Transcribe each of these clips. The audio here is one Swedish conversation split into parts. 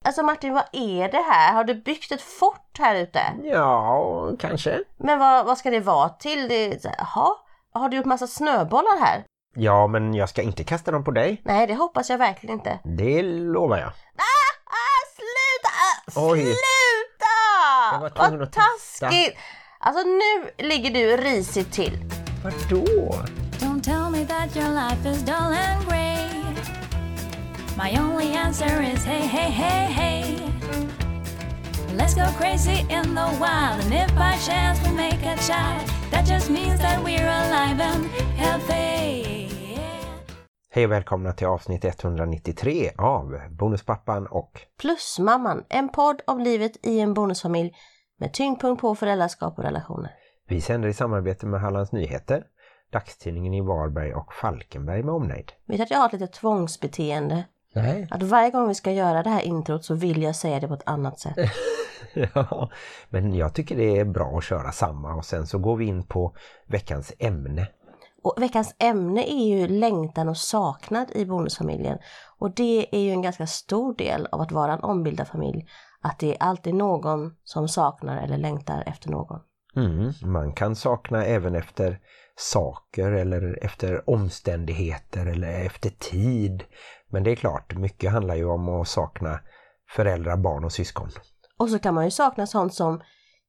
Alltså Martin, vad är det här? Har du byggt ett fort här ute? Ja, kanske. Men vad ska det vara till? Jaha, har du gjort massa snöbollar här? Ja, men jag ska inte kasta dem på dig. Nej, det hoppas jag verkligen inte. Det lovar jag. Sluta! Oj. Sluta! Jag var tvungen Vad att testa. taskigt! Alltså nu ligger du risigt till. Vadå? Don't tell me that your life is dull and grey. My only answer is hey, hey, hey, hey. Let's go crazy in the wild. And if by chance we make a child, that just means that we're alive and healthy. Hej och välkomna till avsnitt 193 av Bonuspappan och Plusmamman, en podd om livet i en bonusfamilj med tyngdpunkt på föräldraskap och relationer. Vi sänder i samarbete med Hallands Nyheter, dagstidningen i Varberg och Falkenberg med omnejd. Vet du att jag har ett litet tvångsbeteende? Nej. Att varje gång vi ska göra det här introt så vill jag säga det på ett annat sätt. Ja, men jag tycker det är bra att köra samma och sen så går vi in på veckans ämne. Och veckans ämne är ju längtan och saknad i bonusfamiljen. Och det är ju en ganska stor del av att vara en ombildad familj. Att det är alltid någon som saknar eller längtar efter någon. Man kan sakna även efter saker eller efter omständigheter eller efter tid. Men det är klart, mycket handlar ju om att sakna föräldrar, barn och syskon. Och så kan man ju sakna sånt som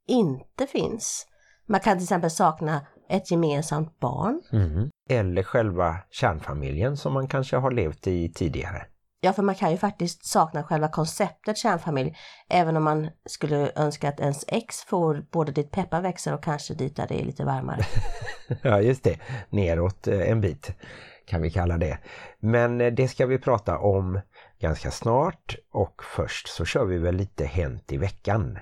inte finns. Man kan till exempel sakna ett gemensamt barn. Eller själva kärnfamiljen som man kanske har levt i tidigare. Ja, för man kan ju faktiskt sakna själva konceptet kärnfamilj. Även om man skulle önska att ens ex får både dit peppar växer och kanske dit där det är lite varmare. Ja, just det. Neråt en bit kan vi kalla det. Men det ska vi prata om ganska snart. Och först så kör vi väl lite hänt i veckan.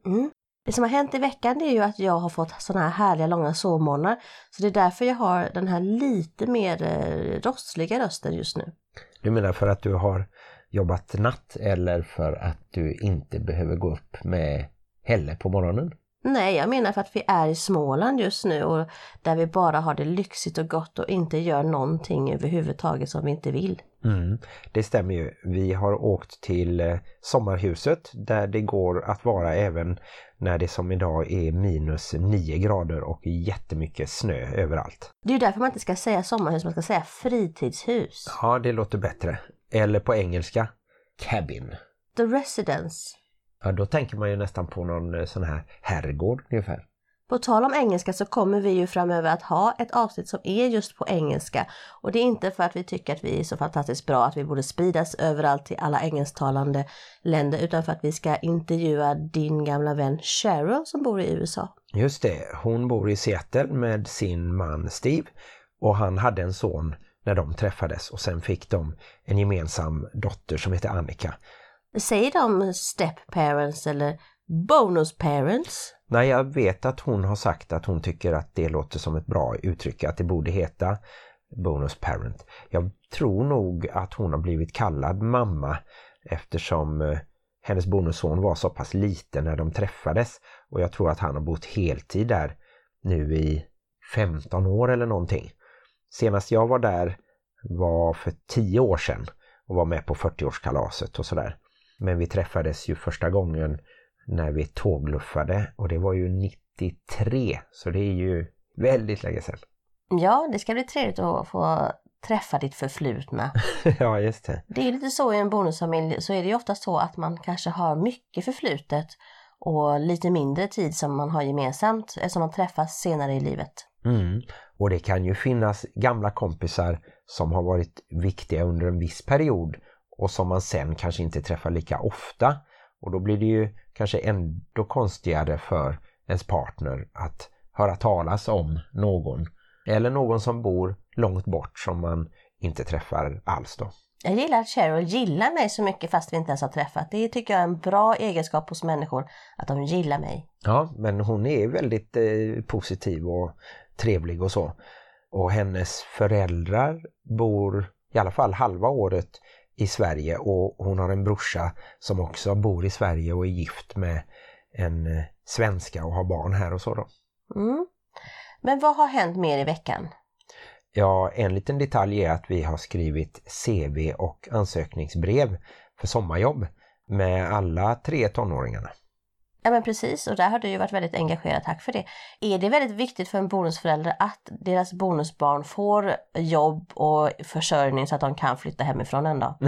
Det som har hänt i veckan är ju att jag har fått sådana här härliga långa sovmorgnar. Så det är därför jag har den här lite mer rostliga rösten just nu. Du menar för att du har jobbat natt eller för att du inte behöver gå upp med Helle på morgonen? Nej, jag menar för att vi är i Småland just nu och där vi bara har det lyxigt och gott och inte gör någonting överhuvudtaget som vi inte vill. Det stämmer ju. Vi har åkt till sommarhuset där det går att vara även när det som idag är minus 9 grader och jättemycket snö överallt. Det är ju därför man inte ska säga sommarhus, man ska säga fritidshus. Ja, det låter bättre. Eller på engelska, cabin. The residence. Ja, då tänker man ju nästan på någon sån här herrgård ungefär. På tal om engelska så kommer vi ju framöver att ha ett avsnitt som är just på engelska. Och det är inte för att vi tycker att vi är så fantastiskt bra att vi borde spridas överallt till alla engelsktalande länder. Utan för att vi ska intervjua din gamla vän Cheryl som bor i USA. Just det, hon bor i Seattle med sin man Steve. Och han hade en son när de träffades och sen fick de en gemensam dotter som heter Annika. Säger de step parents eller bonus parents? Nej, jag vet att hon har sagt att hon tycker att det låter som ett bra uttryck, att det borde heta bonus parent. Jag tror nog att hon har blivit kallad mamma eftersom hennes bonusson var så pass liten när de träffades. Och jag tror att han har bott heltid där nu i 15 år eller någonting. Senast jag var där var för 10 år sedan och var med på 40-årskalaset och sådär. Men vi träffades ju första gången när vi tågluffade och det var ju 93, så det är ju väldigt länge sedan. Ja, det ska bli trevligt att få träffa ditt förflutna. Ja, just det. Det är lite så i en bonusfamilj, så är det ju ofta så att man kanske har mycket förflutet och lite mindre tid som man har gemensamt eftersom man träffas senare i livet. Och det kan ju finnas gamla kompisar som har varit viktiga under en viss period och som man sen kanske inte träffar lika ofta. Och då blir det ju kanske ändå konstigare för ens partner att höra talas om någon. Eller någon som bor långt bort som man inte träffar alls då. Jag gillar att Cheryl gillar mig så mycket fast vi inte ens har träffat. Det tycker jag är en bra egenskap hos människor, att de gillar mig. Ja, men hon är väldigt positiv och trevlig och så. Och hennes föräldrar bor i alla fall halva året i Sverige och hon har en brorsa som också bor i Sverige och är gift med en svenska och har barn här och så då. Men vad har hänt mer i veckan? Ja, en liten detalj är att vi har skrivit CV och ansökningsbrev för sommarjobb med alla 3 tonåringarna. Ja men precis, och där har du ju varit väldigt engagerad, tack för det. Är det väldigt viktigt för en bonusförälder att deras bonusbarn får jobb och försörjning så att de kan flytta hemifrån en dag?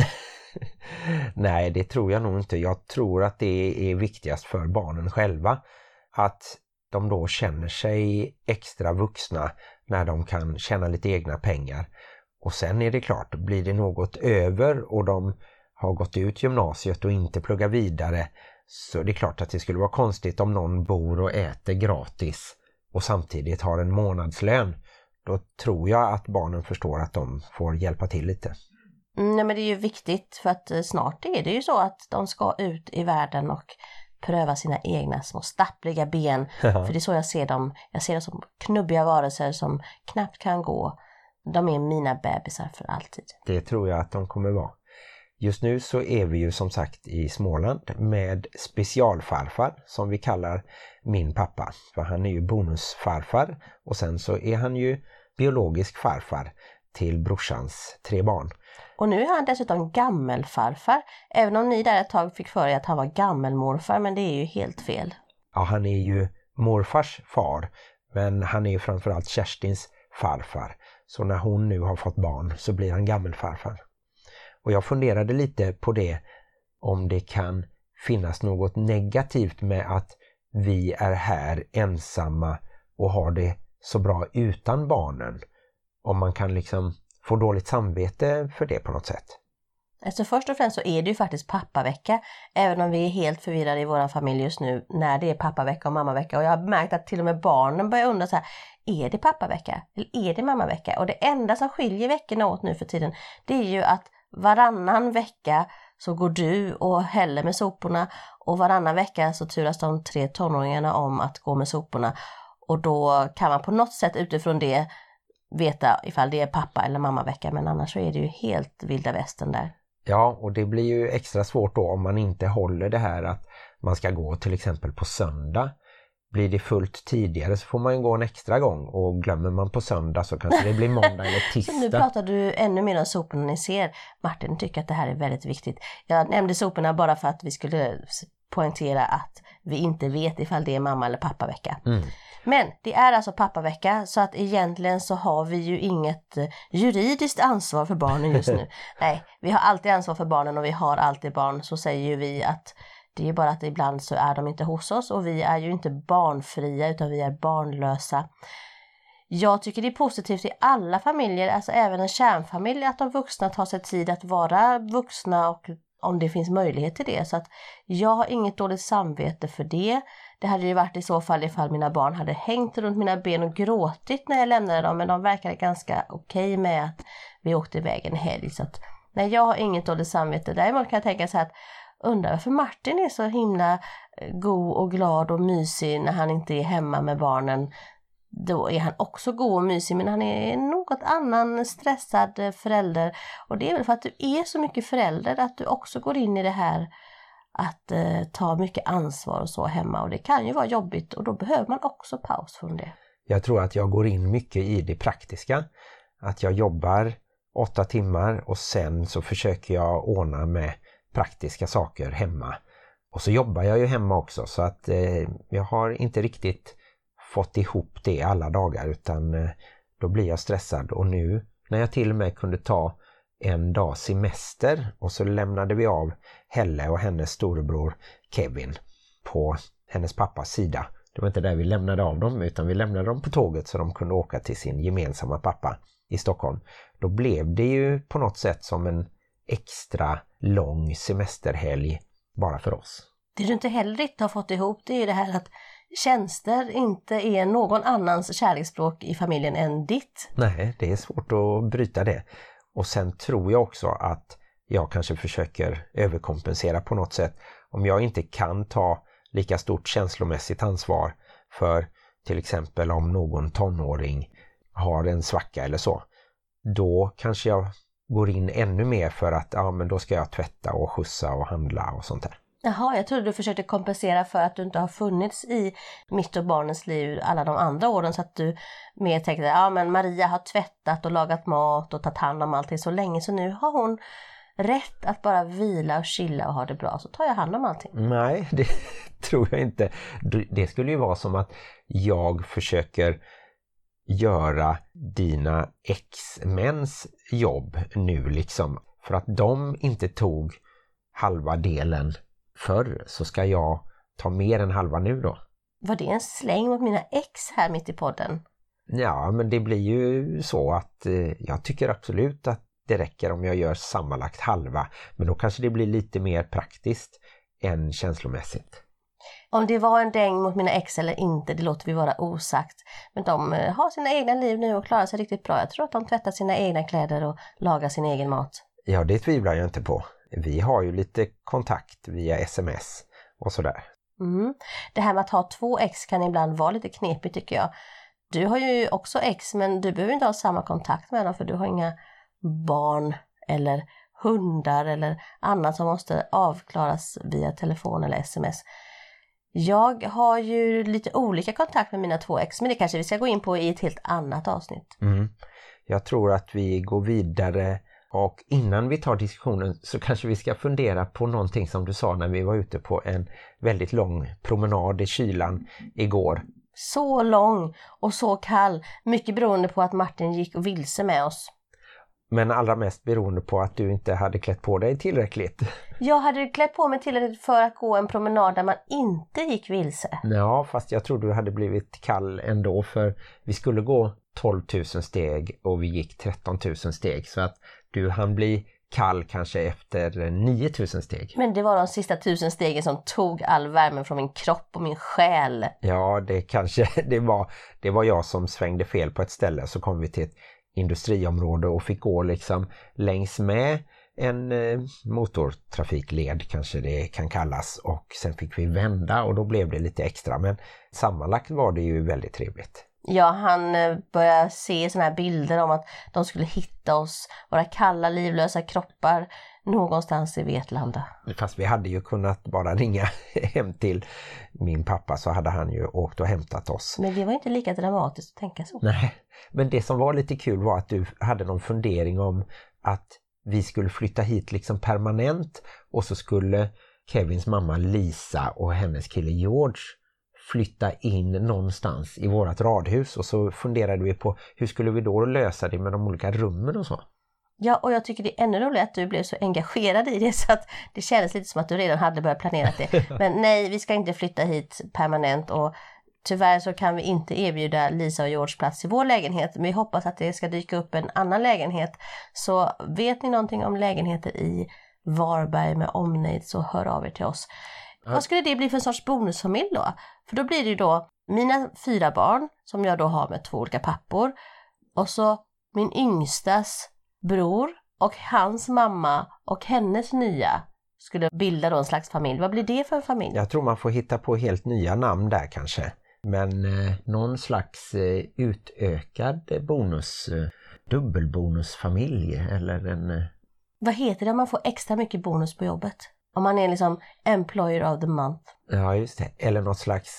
Nej, det tror jag nog inte. Jag tror att det är viktigast för barnen själva. Att de då känner sig extra vuxna när de kan tjäna lite egna pengar. Och sen är det klart, blir det något över och de har gått ut gymnasiet och inte pluggar vidare, så det är klart att det skulle vara konstigt om någon bor och äter gratis och samtidigt har en månadslön. Då tror jag att barnen förstår att de får hjälpa till lite. Nej, men det är ju viktigt för att snart är det ju så att de ska ut i världen och pröva sina egna små stappliga ben. För det är så jag ser dem. Jag ser dem som knubbiga varelser som knappt kan gå. De är mina bebisar för alltid. Det tror jag att de kommer vara. Just nu så är vi ju som sagt i Småland med specialfarfar som vi kallar min pappa. För han är ju bonusfarfar och sen så är han ju biologisk farfar till brorsans 3 barn. Och nu är han dessutom gammelfarfar, även om ni där ett tag fick för er att han var gammelmorfar, men det är ju helt fel. Ja, han är ju morfars far, men han är ju framförallt Kerstins farfar. Så när hon nu har fått barn så blir han gammelfarfar. Och jag funderade lite på det, om det kan finnas något negativt med att vi är här ensamma och har det så bra utan barnen. Om man kan liksom få dåligt samvete för det på något sätt. Alltså först och främst så är det ju faktiskt pappavecka, även om vi är helt förvirrade i vår familj just nu när det är pappavecka och mammavecka. Och jag har märkt att till och med barnen börjar undra så här, är det pappavecka eller är det mammavecka? Och det enda som skiljer veckorna åt nu för tiden, det är ju att varannan vecka så går du och häller med soporna och varannan vecka så turas de 3 tonåringarna om att gå med soporna. Och då kan man på något sätt utifrån det veta ifall det är pappa eller mammavecka, men annars så är det ju helt vilda västern där. Ja, och det blir ju extra svårt då om man inte håller det här att man ska gå till exempel på söndag. Blir det fullt tidigare så får man ju gå en extra gång, och glömmer man på söndag så kanske det blir måndag eller tisdag. Så nu pratar du ännu mer om soporna ni ser. Martin tycker att det här är väldigt viktigt. Jag nämnde soporna bara för att vi skulle poängtera att vi inte vet ifall det är mamma eller pappavecka. Men det är alltså pappavecka, så att egentligen så har vi ju inget juridiskt ansvar för barnen just nu. Nej, vi har alltid ansvar för barnen och vi har alltid barn, så säger ju vi att det är bara att ibland så är de inte hos oss och vi är ju inte barnfria utan vi är barnlösa. Jag tycker det är positivt i alla familjer, alltså även en kärnfamilj, att de vuxna tar sig tid att vara vuxna och om det finns möjlighet till det. Så att jag har inget dåligt samvete för det. Det hade ju varit i så fall ifall mina barn hade hängt runt mina ben och gråtit när jag lämnade dem, men de verkade ganska okej med att vi åkte iväg en helg. Så att nej, jag har inget dåligt samvete. Däremot kan jag tänka så här att undrar varför Martin är så himla god och glad och mysig när han inte är hemma med barnen. Då är han också god och mysig, men han är något annan stressad förälder. Och det är väl för att du är så mycket förälder att du också går in i det här att ta mycket ansvar och så hemma. Och det kan ju vara jobbigt och då behöver man också paus från det. Jag tror att jag går in mycket i det praktiska. Att jag jobbar 8 timmar och sen så försöker jag ordna med praktiska saker hemma. Och så jobbar jag ju hemma också, så att jag har inte riktigt fått ihop det alla dagar, utan då blir jag stressad. Och nu när jag till och med kunde ta en dag semester och så lämnade vi av Helle och hennes storebror Kevin på hennes pappas sida. Det var inte där vi lämnade av dem, utan vi lämnade dem på tåget så de kunde åka till sin gemensamma pappa i Stockholm. Då blev det ju på något sätt som en extra lång semesterhelg bara för oss. Det du inte heller riktigt har fått ihop, det är ju det här att tjänster inte är någon annans kärleksspråk i familjen än ditt. Nej, det är svårt att bryta det. Och sen tror jag också att jag kanske försöker överkompensera på något sätt. Om jag inte kan ta lika stort känslomässigt ansvar för till exempel om någon tonåring har en svacka eller så, då kanske jag går in ännu mer för att men då ska jag tvätta och skjutsa och handla och sånt där. Jaha, jag trodde du försökte kompensera för att du inte har funnits i mitt och barnens liv alla de andra åren, så att du mer tänkte men Maria har tvättat och lagat mat och tagit hand om allting så länge, så nu har hon rätt att bara vila och chilla och ha det bra, så tar jag hand om allting. Nej, det tror jag inte. Det skulle ju vara som att jag försöker göra dina ex-mäns jobb nu liksom. För att de inte tog halva delen förr, så ska jag ta mer än halva nu då. Var det en släng mot mina ex här mitt i podden? Ja, men det blir ju så att jag tycker absolut att det räcker om jag gör sammanlagt halva. Men då kanske det blir lite mer praktiskt än känslomässigt. Om det var en däng mot mina ex eller inte, det låter vi vara osagt. Men de har sina egna liv nu och klarar sig riktigt bra. Jag tror att de tvättar sina egna kläder och lagar sin egen mat. Ja, det tvivlar jag inte på. Vi har ju lite kontakt via sms och sådär. Det här med att ha 2 ex kan ibland vara lite knepigt tycker jag. Du har ju också ex, men du behöver inte ha samma kontakt med dem för du har inga barn eller hundar eller annat som måste avklaras via telefon eller sms. Jag har ju lite olika kontakt med mina 2 ex, men det kanske vi ska gå in på i ett helt annat avsnitt. Jag tror att vi går vidare, och innan vi tar diskussionen så kanske vi ska fundera på någonting som du sa när vi var ute på en väldigt lång promenad i kylan igår. Så lång och så kall, mycket beroende på att Martin gick och vilse med oss. Men allra mest beroende på att du inte hade klätt på dig tillräckligt. Jag hade klätt på mig tillräckligt för att gå en promenad där man inte gick vilse. Ja, fast jag tror du hade blivit kall ändå, för vi skulle gå 12 000 steg och vi gick 13 000 steg. Så att du hann bli kall kanske efter 9 000 steg. Men det var de sista 1000 stegen som tog all värme från min kropp och min själ. Ja, det var jag som svängde fel på ett ställe, så kom vi till ett industriområde och fick gå liksom längs med en motortrafikled kanske det kan kallas, och sen fick vi vända och då blev det lite extra, men sammanlagt var det ju väldigt trevligt. Ja, han började se såna här bilder om att de skulle hitta oss, våra kalla livlösa kroppar någonstans i Vetlanda. Fast vi hade ju kunnat bara ringa hem till min pappa, så hade han ju åkt och hämtat oss. Men det var inte lika dramatiskt att tänka så. Nej, men det som var lite kul var att du hade någon fundering om att vi skulle flytta hit liksom permanent, och så skulle Kevins mamma Lisa och hennes kille George flytta in någonstans i vårat radhus, och så funderade vi på hur skulle vi då lösa det med de olika rummen och så. Ja, och jag tycker det är ännu roligare att du blev så engagerad i det, så att det kändes lite som att du redan hade börjat planera det. Men nej, vi ska inte flytta hit permanent, och tyvärr så kan vi inte erbjuda Lisa och George plats i vår lägenhet. Men vi hoppas att det ska dyka upp en annan lägenhet. Så vet ni någonting om lägenheter i Varberg med omnejd, så hör av er till oss. Vad skulle det bli för en sorts bonusfamilj då? För då blir det ju då mina 4 barn som jag då har med 2 olika pappor. Och så min yngstas bror och hans mamma och hennes nya skulle bilda då en slags familj. Vad blir det för en familj? Jag tror man får hitta på helt nya namn där kanske. Men någon slags utökad dubbelbonusfamilj eller en... Vad heter det om man får extra mycket bonus på jobbet? Om man är liksom employer of the month. Ja, just det. Eller något slags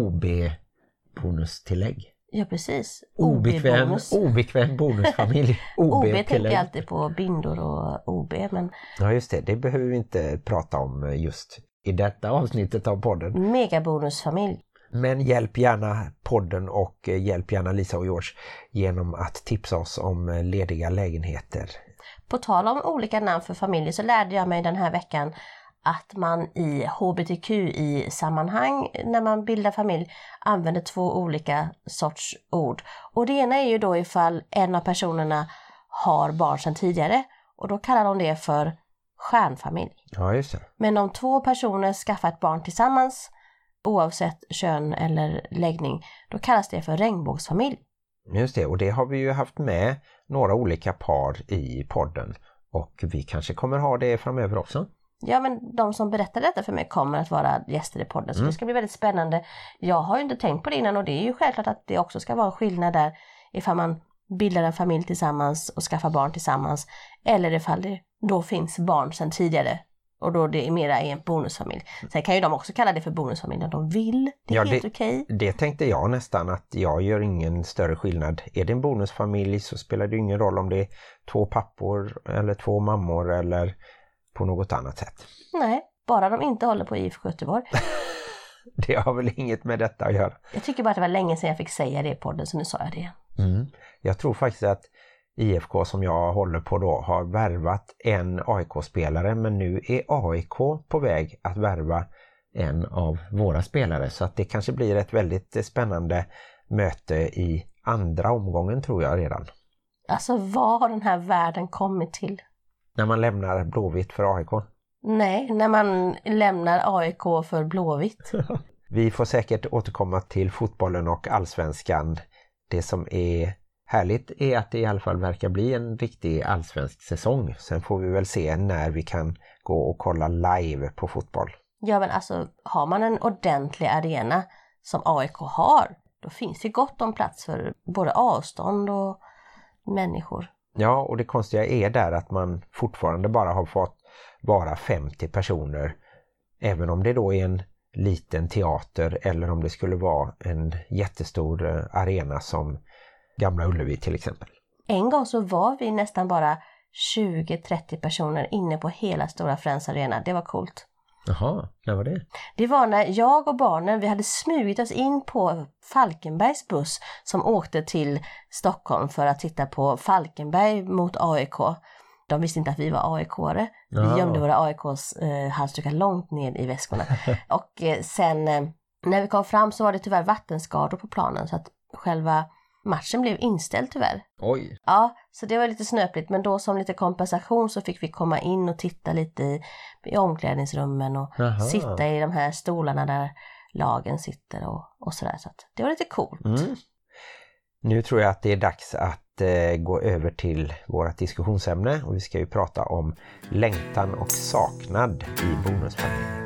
OB-bonustillägg. Ja, precis. Obekväm bonusfamilj. OB tänker jag alltid på bindor och OB. Men... Ja, just det. Det behöver vi inte prata om just i detta avsnittet av podden. Megabonusfamilj. Men hjälp gärna podden och hjälp gärna Lisa och George genom att tipsa oss om lediga lägenheter. På tal om olika namn för familjer så lärde jag mig den här veckan att man i HBTQI-sammanhang när man bildar familj använder 2 olika sorts ord. Och det ena är ju då ifall en av personerna har barn sedan tidigare, och då kallar de det för stjärnfamilj. Ja, just det. Men om 2 personer skaffar ett barn tillsammans, oavsett kön eller läggning, då kallas det för regnbågsfamilj. Just det, och det har vi ju haft med några olika par i podden, och vi kanske kommer ha det framöver också. Ja, men de som berättar detta för mig kommer att vara gäster i podden, så det ska bli väldigt spännande. Jag har ju inte tänkt på det innan, och det är ju självklart att det också ska vara en skillnad där ifall man bildar en familj tillsammans och skaffar barn tillsammans, eller ifall det då finns barn sedan tidigare Och då det är mera en bonusfamilj. Sen kan ju de också kalla det för bonusfamilj om de vill. Det är helt okej. Det tänkte jag nästan, att jag gör ingen större skillnad. Är det en bonusfamilj så spelar det ingen roll om det är 2 pappor eller 2 mammor eller på något annat sätt. Nej, bara de inte håller på IFK Göteborg. Det har väl inget med detta att göra. Jag tycker bara att det var länge sedan jag fick säga det i podden, så nu sa jag det igen. Jag tror faktiskt att IFK som jag håller på då har värvat en AIK-spelare, men nu är AIK på väg att värva en av våra spelare, så att det kanske blir ett väldigt spännande möte i andra omgången tror jag redan. Alltså vad har den här världen kommit till? När man lämnar Blåvitt för AIK? Nej, när man lämnar AIK för Blåvitt. Vi får säkert återkomma till fotbollen och allsvenskan. Det som är härligt är att det i alla fall verkar bli en riktig allsvensk säsong. Sen får vi väl se när vi kan gå och kolla live på fotboll. Ja, men alltså har man en ordentlig arena som AIK har, då finns det gott om plats för både avstånd och människor. Ja, och det konstiga är där att man fortfarande bara har fått vara 50 personer. Även om det då är en liten teater eller om det skulle vara en jättestor arena som Gamla Ullevi till exempel. En gång så var vi nästan bara 20-30 personer inne på hela Stora Friends Arena. Det var coolt. Jaha, när var det? Det var när jag och barnen, vi hade smugit oss in på Falkenbergs buss som åkte till Stockholm för att titta på Falkenberg mot AIK. De visste inte att vi var AIK-are. Vi gömde våra AIKs halsdukar långt ner i väskorna. Och sen när vi kom fram så var det tyvärr vattenskador på planen så att själva matchen blev inställd tyvärr. Oj. Ja, så det var lite snöpligt, men då som lite kompensation så fick vi komma in och titta lite i omklädningsrummen och sitta i de här stolarna där lagen sitter och sådär. Så att det var lite coolt. Nu tror jag att det är dags att gå över till vårt diskussionsämne och vi ska ju prata om längtan och saknad i bonusfamiljen.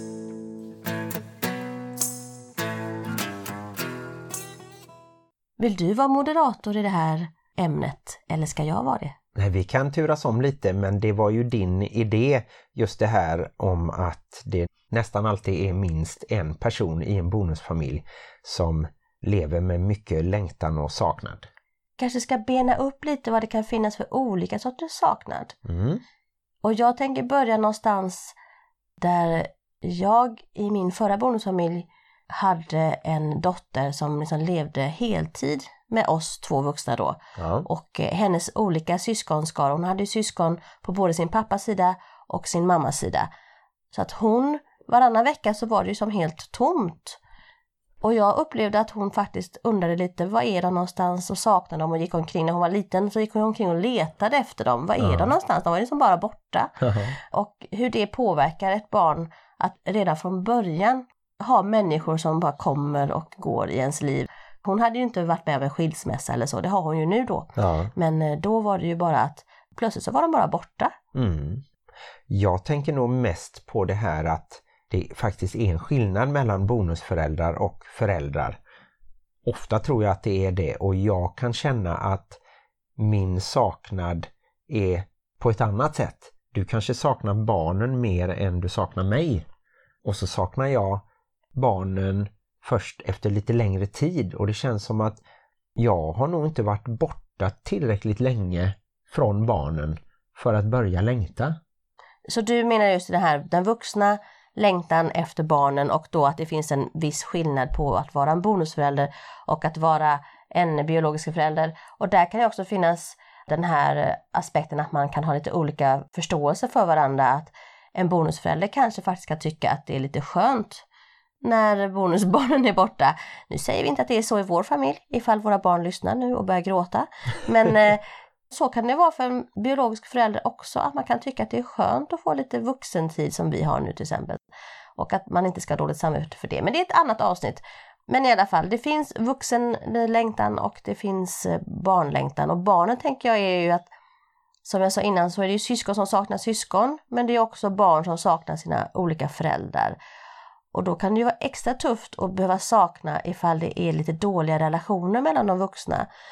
Vill du vara moderator i det här ämnet eller ska jag vara det? Nej, vi kan turas om lite, men det var ju din idé just det här om att det nästan alltid är minst en person i en bonusfamilj som lever med mycket längtan och saknad. Kanske ska bena upp lite vad det kan finnas för olika sorters saknad. Och jag tänker börja någonstans där jag i min förra bonusfamilj hade en dotter som liksom levde heltid med oss 2 vuxna då. Och hennes olika syskonskar. Hon hade ju syskon på både sin pappas sida och sin mammas sida. Så att varannan vecka så var det ju som helt tomt. Och jag upplevde att hon faktiskt undrade lite, vad är de någonstans, och saknade dem och gick omkring. När hon var liten så gick hon omkring och letade efter dem. Vad är de någonstans? De var liksom bara borta. Och hur det påverkar ett barn att redan från början ha människor som bara kommer och går i ens liv. Hon hade ju inte varit med om en skilsmässa eller så, det har hon ju nu då. Men då var det ju bara att plötsligt så var de bara borta. Jag tänker nog mest på det här att det faktiskt är en skillnad mellan bonusföräldrar och föräldrar. Ofta tror jag att det är det, och jag kan känna att min saknad är på ett annat sätt. Du kanske saknar barnen mer än du saknar mig. Och så saknar jag barnen först efter lite längre tid, och det känns som att jag har nog inte varit borta tillräckligt länge från barnen för att börja längta. Så du menar just det här, den vuxna längtan efter barnen, och då att det finns en viss skillnad på att vara en bonusförälder och att vara en biologisk förälder. Och där kan det också finnas den här aspekten att man kan ha lite olika förståelse för varandra. Att en bonusförälder kanske faktiskt kan tycka att det är lite skönt när bonusbarnen är borta. Nu säger vi inte att det är så i vår familj, ifall våra barn lyssnar nu och börjar gråta. Men så kan det vara för en biologisk förälder också, att man kan tycka att det är skönt att få lite vuxentid som vi har nu till exempel. Och att man inte ska ha dåligt samvete för det. Men det är ett annat avsnitt. Men i alla fall, det finns vuxenlängtan och det finns barnlängtan. Och barnen tänker jag är ju att, som jag sa innan, så är det ju syskon som saknar syskon. Men det är också barn som saknar sina olika föräldrar. Och då kan det ju vara extra tufft att behöva sakna ifall det är lite dåliga relationer mellan de vuxna.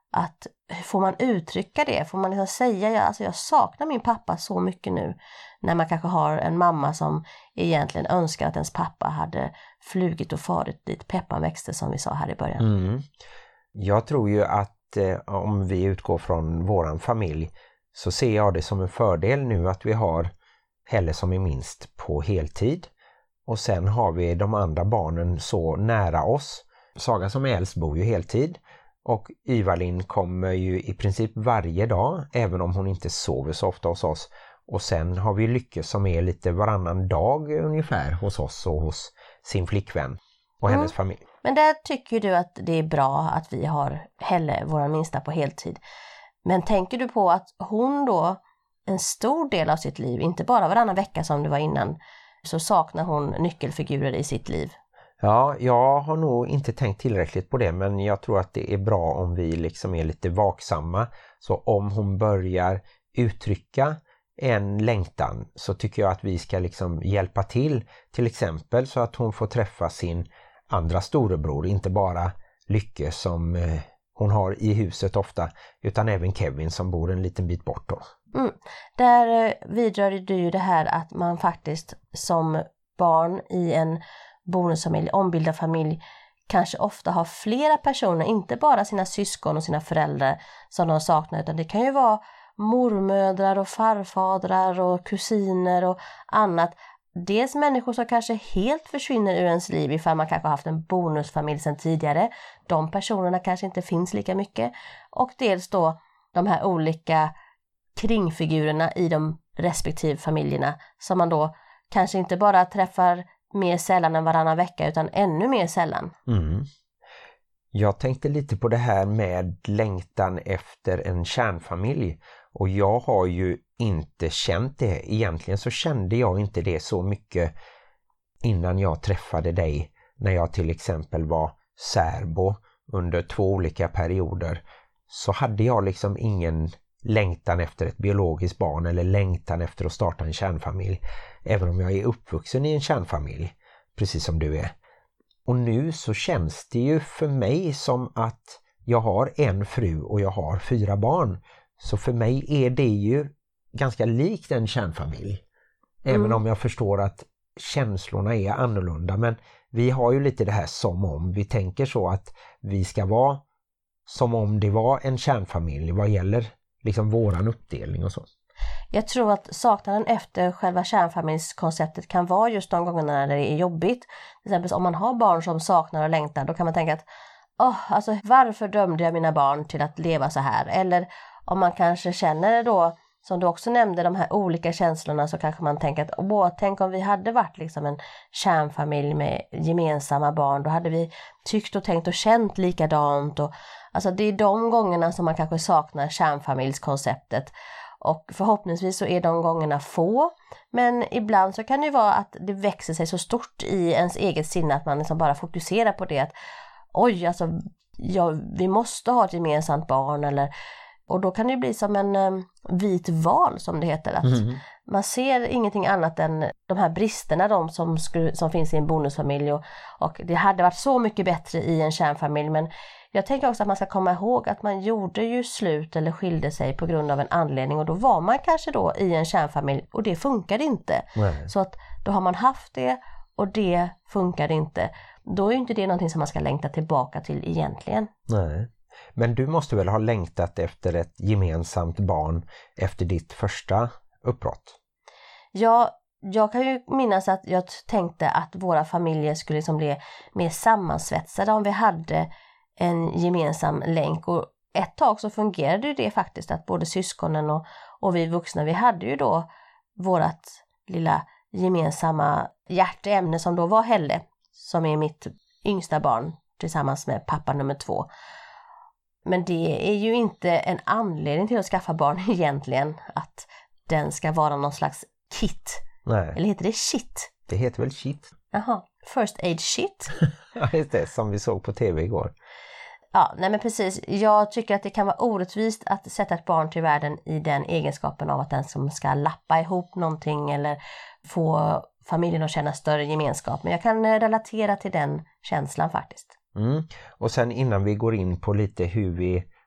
att får man uttrycka det? Får man liksom säga, jag saknar min pappa så mycket nu. När man kanske har en mamma som egentligen önskar att ens pappa hade flugit och farit dit peppan växte, som vi sa här i början. Jag tror ju att om vi utgår från våran familj, så ser jag det som en fördel nu att vi har Helle som är minst på heltid. Och sen har vi de andra barnen så nära oss. Saga som är äldst bor ju heltid. Och Ivalin kommer ju i princip varje dag, även om hon inte sover så ofta hos oss. Och sen har vi Lycke som är lite varannan dag ungefär hos oss och hos sin flickvän och hennes familj. Men där tycker du att det är bra att vi har Helle, vår minsta, på heltid. Men tänker du på att hon då en stor del av sitt liv, inte bara varannan vecka som det var innan, så saknar hon nyckelfigurer i sitt liv? Ja, jag har nog inte tänkt tillräckligt på det, men jag tror att det är bra om vi liksom är lite vaksamma. Så om hon börjar uttrycka en längtan, så tycker jag att vi ska liksom hjälpa till exempel så att hon får träffa sin andra storebror, inte bara Lycke som hon har i huset ofta, utan även Kevin som bor en liten bit bort då. Där vidrör du ju det här att man faktiskt som barn i en bonusfamilj, ombildad familj, kanske ofta har flera personer, inte bara sina syskon och sina föräldrar som de saknar, utan det kan ju vara mormödrar och farfadrar och kusiner och annat. Dels människor som kanske helt försvinner ur ens liv ifall man kanske har haft en bonusfamilj sedan tidigare. De personerna kanske inte finns lika mycket. Och dels då de här olika kringfigurerna i de respektive familjerna som man då kanske inte bara träffar mer sällan än varannan vecka, utan ännu mer sällan. Jag tänkte lite på det här med längtan efter en kärnfamilj, och jag har ju inte känt det. Egentligen så kände jag inte det så mycket innan jag träffade dig, när jag till exempel var särbo under 2 olika perioder. Så hade jag liksom ingen längtan efter ett biologiskt barn eller längtan efter att starta en kärnfamilj, även om jag är uppvuxen i en kärnfamilj, precis som du är. Och nu så känns det ju för mig som att jag har en fru och jag har 4 barn. Så för mig är det ju ganska likt en kärnfamilj. Även om jag förstår att känslorna är annorlunda. Men vi har ju lite det här som om. Vi tänker så att vi ska vara som om det var en kärnfamilj vad gäller liksom våran uppdelning och så. Jag tror att saknaden efter själva kärnfamiljskonceptet kan vara just de gångerna när det är jobbigt. Till exempel om man har barn som saknar och längtar, då kan man tänka att alltså, varför dömde jag mina barn till att leva så här? Eller om man kanske känner då, som du också nämnde, de här olika känslorna, så kanske man tänker att tänk om vi hade varit liksom en kärnfamilj med gemensamma barn, då hade vi tyckt och tänkt och känt likadant. Och, alltså det är de gångerna som man kanske saknar kärnfamiljskonceptet. Och förhoppningsvis så är de gångerna få, men ibland så kan det ju vara att det växer sig så stort i ens eget sinne att man liksom bara fokuserar på det, att vi måste ha ett gemensamt barn, och då kan det bli som en vit val som det heter, att man ser ingenting annat än de här bristerna som finns i en bonusfamilj, och det hade varit så mycket bättre i en kärnfamilj. Men jag tänker också att man ska komma ihåg att man gjorde ju slut eller skilde sig på grund av en anledning, och då var man kanske då i en kärnfamilj och det funkade inte. Nej. Så att då har man haft det och det funkade inte. Då är ju inte det någonting som man ska längta tillbaka till egentligen. Nej. Men du måste väl ha längtat efter ett gemensamt barn efter ditt första uppbrott? Ja, jag kan ju minnas att jag tänkte att våra familjer skulle liksom bli mer sammansvetsade om vi hade en gemensam länk. Och ett tag så fungerade ju det faktiskt, att både syskonen och vi vuxna, vi hade ju då vårat lilla gemensamma hjärteämne som då var Helle, som är mitt yngsta barn, tillsammans med pappa nummer 2. Men det är ju inte en anledning till att skaffa barn egentligen, att den ska vara någon slags kit. Nej. Eller heter det shit? Det heter väl shit? Jaha, first aid shit. Ja, just det, som vi såg på tv igår. Ja, nej men precis. Jag tycker att det kan vara orättvist att sätta ett barn till världen i den egenskapen av att den som ska lappa ihop någonting eller få familjen att känna större gemenskap. Men jag kan relatera till den känslan faktiskt. Och sen innan vi går in på lite hur vi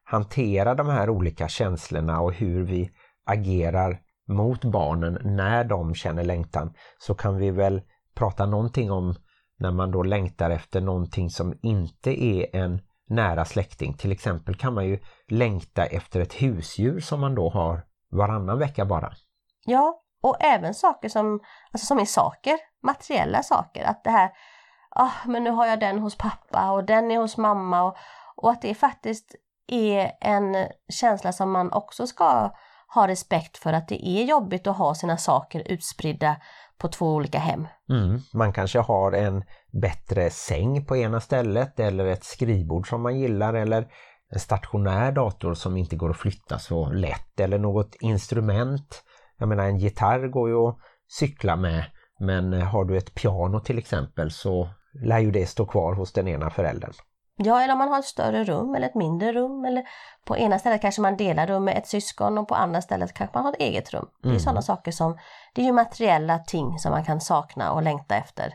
hantera de här olika känslorna och hur vi agerar mot barnen när de känner längtan, så kan vi väl prata någonting om när man då längtar efter någonting som inte är en nära släkting. Till exempel kan man ju längta efter ett husdjur som man då har varannan vecka bara. Ja, och även saker som är saker, materiella saker. Att det här, men nu har jag den hos pappa och den är hos mamma. Och att det faktiskt är en känsla som man också ska ha respekt för, att det är jobbigt att ha sina saker utspridda på 2 olika hem. Man kanske har en bättre säng på ena stället, eller ett skrivbord som man gillar, eller en stationär dator som inte går att flytta så lätt, eller något instrument. Jag menar, en gitarr går ju att cykla med, men har du ett piano till exempel så lär ju det stå kvar hos den ena föräldern. Ja, eller om man har ett större rum eller ett mindre rum, eller på ena stället kanske man delar rum med ett syskon och på andra stället kanske man har ett eget rum. Det är sådana saker som, det är ju materiella ting som man kan sakna och längta efter.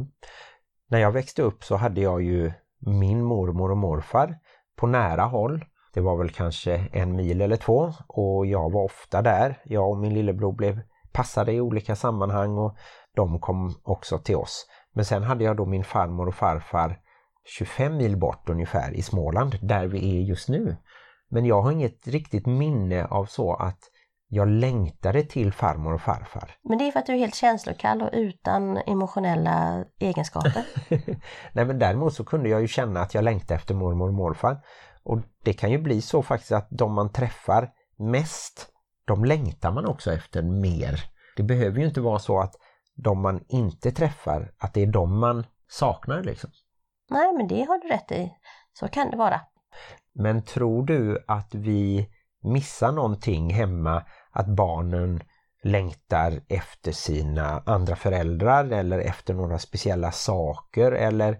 När jag växte upp så hade jag ju min mormor och morfar på nära håll. Det var väl kanske 1 mil eller 2 och jag var ofta där. Jag och min lillebror blev passade i olika sammanhang och de kom också till oss. Men sen hade jag då min farmor och farfar 25 mil bort ungefär i Småland, där vi är just nu. Men jag har inget riktigt minne av så att jag längtade till farmor och farfar. Men det är för att du är helt känslokall och utan emotionella egenskaper. Nej, men däremot så kunde jag ju känna att jag längtade efter mormor och morfar. Och det kan ju bli så faktiskt att de man träffar mest, de längtar man också efter mer. Det behöver ju inte vara så att de man inte träffar, att det är de man saknar liksom. Nej, men det har du rätt i. Så kan det vara. Men tror du att vi missar någonting hemma, att barnen längtar efter sina andra föräldrar eller efter några speciella saker, eller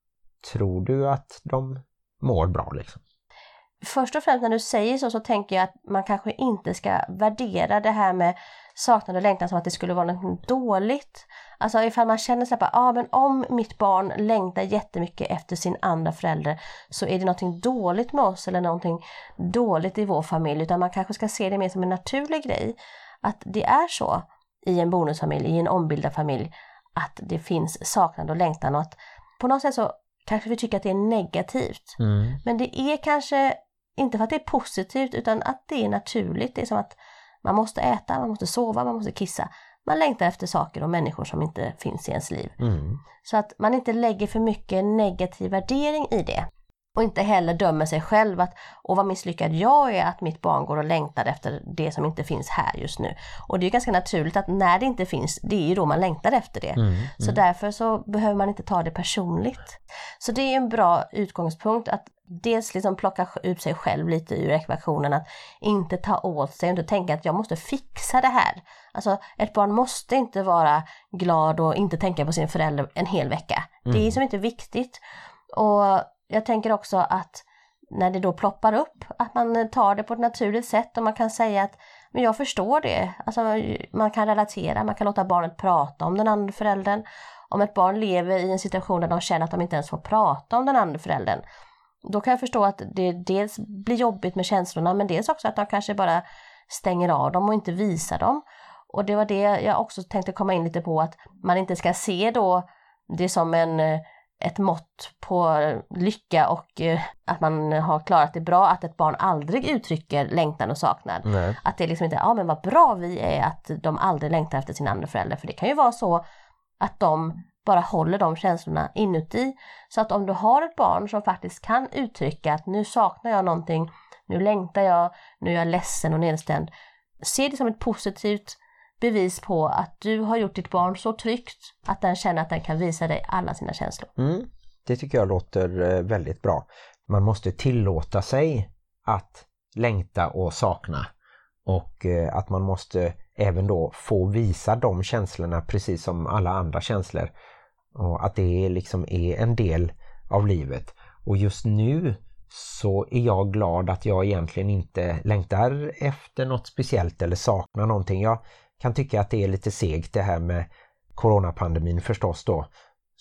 tror du att de mår bra liksom? Först och främst när du säger så tänker jag att man kanske inte ska värdera det här med saknad och längtan som att det skulle vara något dåligt. Alltså ifall man känner sig men om mitt barn längtar jättemycket efter sin andra förälder så är det någonting dåligt med oss eller någonting dåligt i vår familj, utan man kanske ska se det mer som en naturlig grej. Att det är så i en bonusfamilj, i en ombildad familj, att det finns saknad och längtan, och att på något sätt så kanske vi tycker att det är negativt. Men det är kanske inte för att det är positivt, utan att det är naturligt. Det är som att man måste äta, man måste sova, man måste kissa. Man längtar efter saker och människor som inte finns i ens liv. Så att man inte lägger för mycket negativ värdering i det. Och inte heller dömer sig själv att vad misslyckad jag är att mitt barn går och längtar efter det som inte finns här just nu. Och det är ju ganska naturligt att när det inte finns, det är ju då man längtar efter det. Så därför så behöver man inte ta det personligt. Så det är en bra utgångspunkt att dels liksom plocka ut sig själv lite ur ekvationen, att inte ta åt sig och inte tänka att jag måste fixa det här. Alltså ett barn måste inte vara glad och inte tänka på sin förälder en hel vecka. Det är som inte viktigt. Och jag tänker också att när det då ploppar upp, att man tar det på ett naturligt sätt och man kan säga att men jag förstår det. Alltså man kan relatera, man kan låta barnet prata om den andra föräldern. Om ett barn lever i en situation där de känner att de inte ens får prata om den andra föräldern, då kan jag förstå att det dels blir jobbigt med känslorna, men dels också att de kanske bara stänger av dem och inte visar dem. Och det var det jag också tänkte komma in lite på, att man inte ska se då det som ett mått på lycka och att man har klarat det bra, att ett barn aldrig uttrycker längtan och saknad. Nej. Att det liksom inte, men vad bra vi är att de aldrig längtar efter sin andra förälder. För det kan ju vara så att de bara håller de känslorna inuti. Så att om du har ett barn som faktiskt kan uttrycka att nu saknar jag någonting, nu längtar jag, nu är jag ledsen och nedstämd. Se det som ett positivt bevis på att du har gjort ditt barn så tryggt att den känner att den kan visa dig alla sina känslor. Det tycker jag låter väldigt bra. Man måste tillåta sig att längta och sakna. Och att man måste även då få visa de känslorna precis som alla andra känslor. Och att det liksom är en del av livet. Och just nu så är jag glad att jag egentligen inte längtar efter något speciellt eller saknar någonting. Jag kan tycka att det är lite segt det här med coronapandemin förstås då.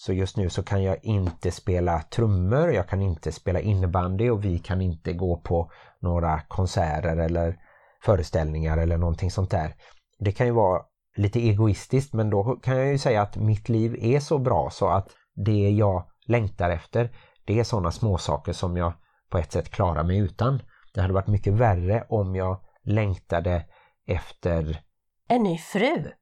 Så just nu så kan jag inte spela trummor, jag kan inte spela innebandy och vi kan inte gå på några konserter eller föreställningar eller någonting sånt där. Det kan ju vara lite egoistiskt, men då kan jag ju säga att mitt liv är så bra så att det jag längtar efter, det är sådana små saker som jag på ett sätt klarar mig utan. Det hade varit mycket värre om jag längtade efter en ny fru.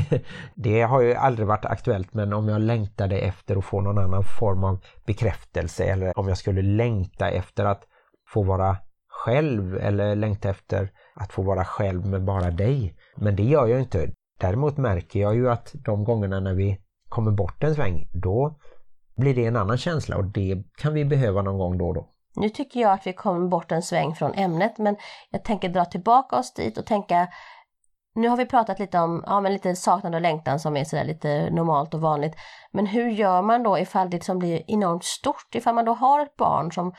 Det har ju aldrig varit aktuellt, men om jag längtade efter att få någon annan form av bekräftelse, eller om jag skulle längta efter att få vara själv, eller längta efter att få vara själv med bara dig. Men det gör jag inte. Däremot märker jag ju att de gångerna när vi kommer bort en sväng, då blir det en annan känsla, och det kan vi behöva någon gång då och då. Nu tycker jag att vi kommer bort en sväng från ämnet, men jag tänker dra tillbaka oss dit och tänka, nu har vi pratat lite om lite saknad och längtan som är sådär lite normalt och vanligt. Men hur gör man då ifall det som blir enormt stort, ifall man då har ett barn som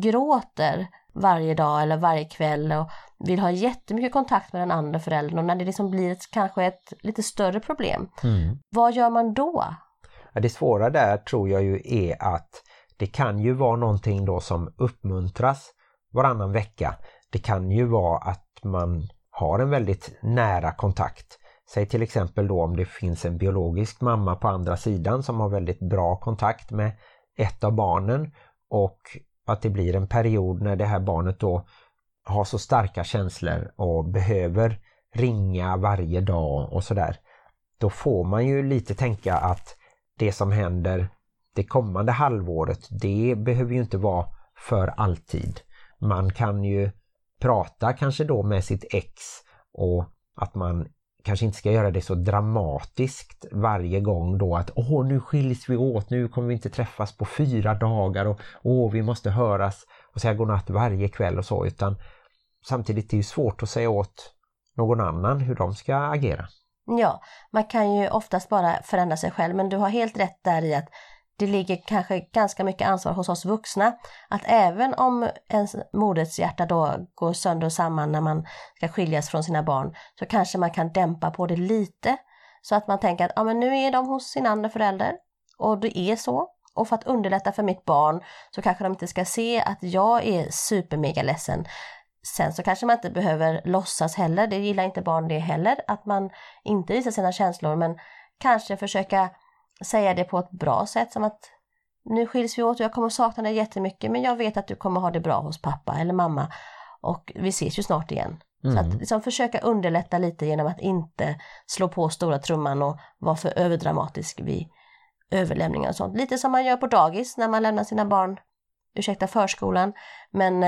gråter varje dag eller varje kväll och vill ha jättemycket kontakt med den andra föräldern, och när det liksom blir kanske ett lite större problem. Vad gör man då? Ja, det svåra där tror jag ju är att det kan ju vara någonting då som uppmuntras varannan vecka. Det kan ju vara att man har en väldigt nära kontakt. Säg till exempel då om det finns en biologisk mamma på andra sidan som har väldigt bra kontakt med ett av barnen, och att det blir en period när det här barnet då har så starka känslor och behöver ringa varje dag och sådär. Då får man ju lite tänka att det som händer det kommande halvåret, det behöver ju inte vara för alltid. Man kan ju prata kanske då med sitt ex, och att man kanske inte ska göra det så dramatiskt varje gång då att nu skiljs vi åt, nu kommer vi inte träffas på 4 dagar och vi måste höras och säga godnatt varje kväll och så, utan samtidigt är det ju svårt att säga åt någon annan hur de ska agera. Ja, man kan ju oftast bara förändra sig själv, men du har helt rätt där i att det ligger kanske ganska mycket ansvar hos oss vuxna, att även om ens moderns hjärta då går sönder och samman när man ska skiljas från sina barn, så kanske man kan dämpa på det lite, så att man tänker att men nu är de hos sin andra förälder och det är så, och för att underlätta för mitt barn så kanske de inte ska se att jag är supermega ledsen. Sen så kanske man inte behöver låtsas heller, det gillar inte barn det heller, att man inte visar sina känslor, men kanske försöka säga det på ett bra sätt, som att nu skiljs vi åt och jag kommer sakna dig jättemycket, men jag vet att du kommer ha det bra hos pappa eller mamma och vi ses ju snart igen. Så att liksom försöka underlätta lite genom att inte slå på stora trumman och vara för överdramatisk vid överlämningar och sånt. Lite som man gör på dagis när man lämnar sina barn, ursäkta förskolan, men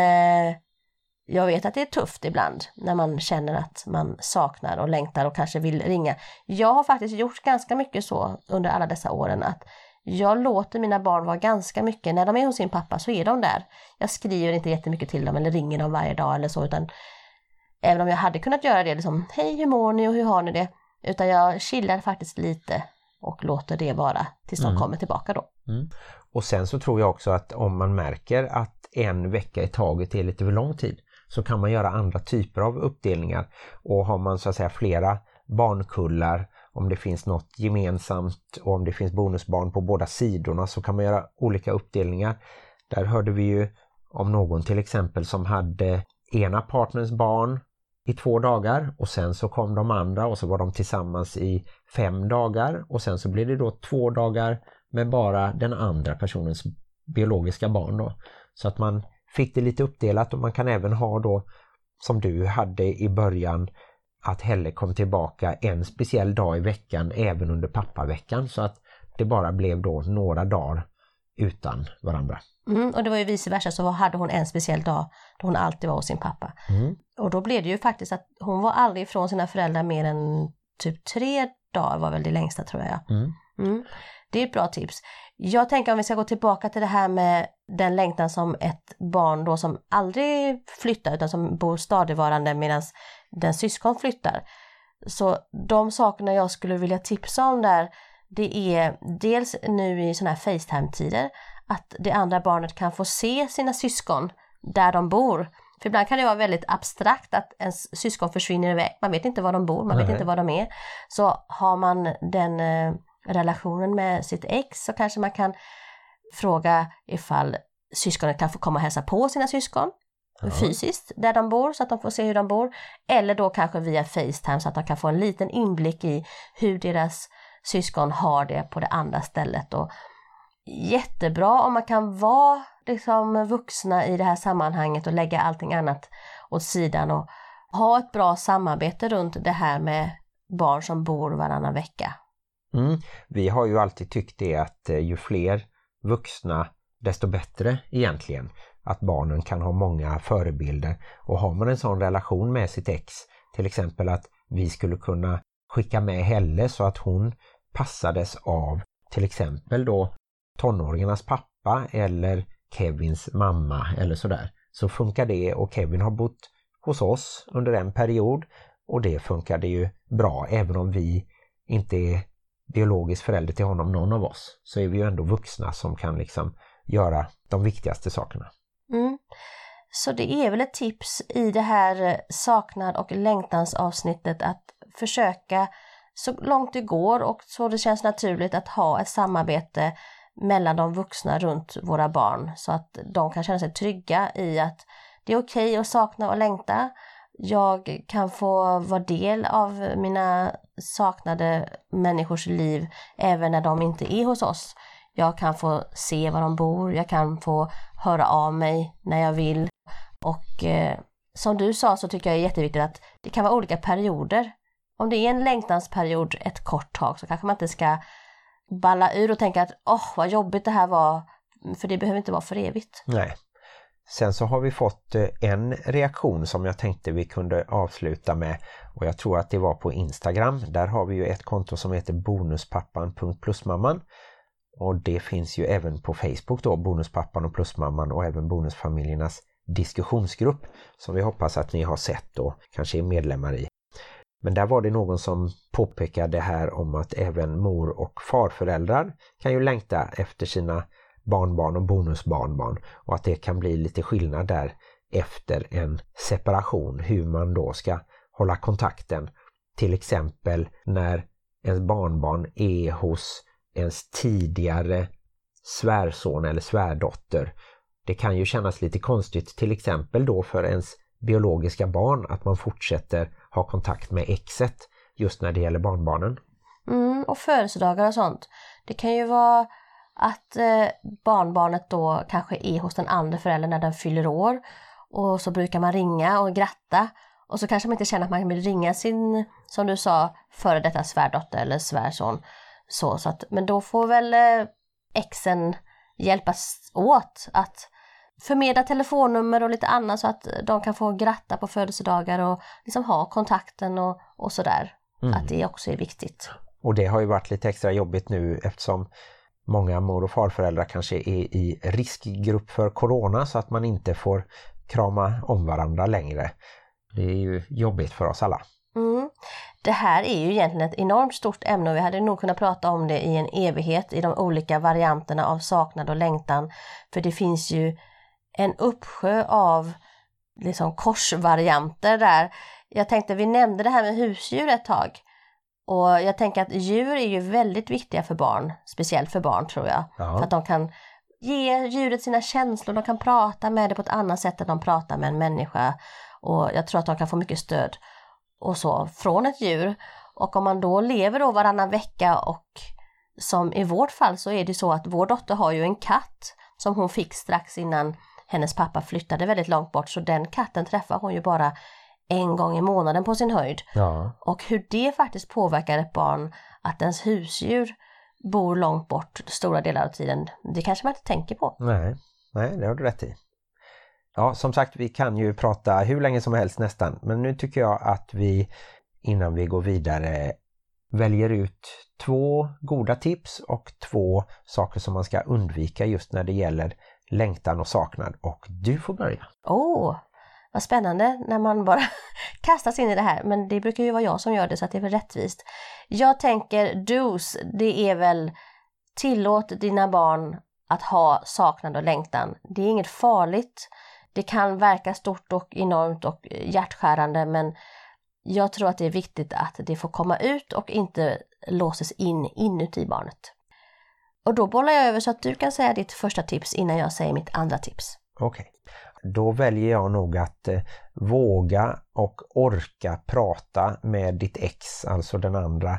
jag vet att det är tufft ibland när man känner att man saknar och längtar och kanske vill ringa. Jag har faktiskt gjort ganska mycket så under alla dessa åren, att jag låter mina barn vara ganska mycket, när de är hos sin pappa så är de där. Jag skriver inte jättemycket till dem eller ringer dem varje dag eller så, utan även om jag hade kunnat göra det liksom, hej hur mår ni och hur har ni det? Utan jag chillar faktiskt lite och låter det vara tills de kommer tillbaka då. Och sen så tror jag också att om man märker att en vecka i taget är lite för lång tid, så kan man göra andra typer av uppdelningar. Och har man så att säga flera barnkullar, om det finns något gemensamt och om det finns bonusbarn på båda sidorna, så kan man göra olika uppdelningar. Där hörde vi ju om någon till exempel som hade ena partners barn i 2 dagar och sen så kom de andra och så var de tillsammans i 5 dagar och sen så blev det då 2 dagar med bara den andra personens biologiska barn då. Så att man fick det lite uppdelat, och man kan även ha då, som du hade i början, att Helle kom tillbaka en speciell dag i veckan även under pappaveckan, så att det bara blev då några dagar utan varandra. Och det var ju vice versa, så hade hon en speciell dag då hon alltid var hos sin pappa. Och då blev det ju faktiskt att hon var aldrig ifrån sina föräldrar mer än typ 3 dagar var väl det längsta, tror jag. Det är ett bra tips. Jag tänker om vi ska gå tillbaka till det här med den längtan som ett barn då som aldrig flyttar utan som bor stadigvarande medan den syskon flyttar. Så de sakerna jag skulle vilja tipsa om där, det är dels nu i såna här FaceTime-tider att det andra barnet kan få se sina syskon där de bor. För ibland kan det vara väldigt abstrakt att ens syskon försvinner iväg. Man vet inte var de bor, man vet inte var de är. Så har man den relationen med sitt ex, så kanske man kan fråga ifall syskonen kan få komma och hälsa på sina syskon fysiskt där de bor, så att de får se hur de bor, eller då kanske via FaceTime så att de kan få en liten inblick i hur deras syskon har det på det andra stället. Och jättebra om man kan vara liksom vuxna i det här sammanhanget och lägga allting annat åt sidan och ha ett bra samarbete runt det här med barn som bor varannan vecka. Vi har ju alltid tyckt det att ju fler vuxna desto bättre egentligen. Att barnen kan ha många förebilder, och har man en sån relation med sitt ex, till exempel att vi skulle kunna skicka med Helle så att hon passades av till exempel då tonåringarnas pappa eller Kevins mamma eller sådär, så funkar det, och Kevin har bott hos oss under en period och det funkade ju bra. Även om vi inte är biologisk förälder till honom, någon av oss, så är vi ju ändå vuxna som kan liksom göra de viktigaste sakerna. Så det är väl ett tips i det här saknad- och längtansavsnittet att försöka så långt det går och så det känns naturligt att ha ett samarbete mellan de vuxna runt våra barn, så att de kan känna sig trygga i att det är okej att sakna och längta. Jag kan få vara del av mina saknade människors liv även när de inte är hos oss. Jag kan få se var de bor, jag kan få höra av mig när jag vill. Och som du sa så tycker jag är jätteviktigt att det kan vara olika perioder. Om det är en längtansperiod ett kort tag så kanske man inte ska balla ur och tänka att vad jobbigt det här var, för det behöver inte vara för evigt. Nej. Sen så har vi fått en reaktion som jag tänkte vi kunde avsluta med, och jag tror att det var på Instagram. Där har vi ju ett konto som heter bonuspappan.plusmamman, och det finns ju även på Facebook då, Bonuspappan och Plusmamman, och även Bonusfamiljernas diskussionsgrupp som vi hoppas att ni har sett och kanske är medlemmar i. Men där var det någon som påpekade här om att även mor- och farföräldrar kan ju längta efter sina barnbarn och bonusbarnbarn, och att det kan bli lite skillnad där efter en separation, hur man då ska hålla kontakten. Till exempel när ens barnbarn är hos ens tidigare svärson eller svärdotter. Det kan ju kännas lite konstigt till exempel då för ens biologiska barn att man fortsätter ha kontakt med exet just när det gäller barnbarnen. Och födelsedagar och sånt. Det kan ju vara att barnbarnet då kanske är hos den andra föräldern när den fyller år, och så brukar man ringa och gratta, och så kanske man inte känner att man vill ringa sin, som du sa, före detta svärdotter eller svärson. Så att, men då får väl exen hjälpas åt att förmedla telefonnummer och lite annat så att de kan få gratta på födelsedagar och liksom ha kontakten och sådär. Att det också är viktigt. Och det har ju varit lite extra jobbigt nu eftersom många mor- och farföräldrar kanske är i riskgrupp för corona, så att man inte får krama om varandra längre. Det är ju jobbigt för oss alla. Det här är ju egentligen ett enormt stort ämne, och vi hade nog kunnat prata om det i en evighet i de olika varianterna av saknad och längtan. För det finns ju en uppsjö av liksom korsvarianter där. Jag tänkte, vi nämnde det här med husdjur ett tag. Och jag tänker att djur är ju väldigt viktiga för barn, speciellt för barn tror jag. Ja. För att de kan ge djuret sina känslor, de kan prata med det på ett annat sätt än de pratar med en människa. Och jag tror att de kan få mycket stöd och så från ett djur. Och om man då lever då varannan vecka, och som i vårt fall så är det så att vår dotter har ju en katt som hon fick strax innan hennes pappa flyttade väldigt långt bort, så den katten träffar hon ju bara en gång i månaden på sin höjd. Ja. Och hur det faktiskt påverkar ett barn att ens husdjur bor långt bort stora delar av tiden, det kanske man inte tänker på. Nej, det har du rätt i. Ja, som sagt, vi kan ju prata hur länge som helst nästan, men nu tycker jag att vi innan vi går vidare väljer ut 2 goda tips och 2 saker som man ska undvika just när det gäller längtan och saknad, och du får börja. Vad spännande när man bara kastas in i det här, men det brukar ju vara jag som gör det, så att det är väl rättvist. Jag tänker dos, det är väl tillåt dina barn att ha saknad och längtan. Det är inget farligt. Det kan verka stort och enormt och hjärtskärande, men jag tror att det är viktigt att det får komma ut och inte låses in inuti barnet. Och då bollar jag över så att du kan säga ditt första tips innan jag säger mitt andra tips. Okej. Då väljer jag nog att våga och orka prata med ditt ex, alltså den andra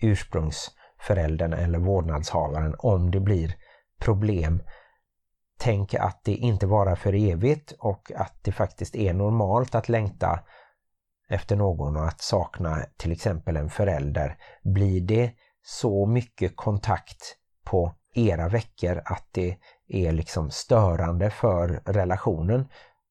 ursprungsföräldern eller vårdnadshavaren, om det blir problem. Tänk att det inte varar för evigt och att det faktiskt är normalt att längta efter någon och att sakna till exempel en förälder. Blir det så mycket kontakt på era veckor att det är liksom störande för relationen,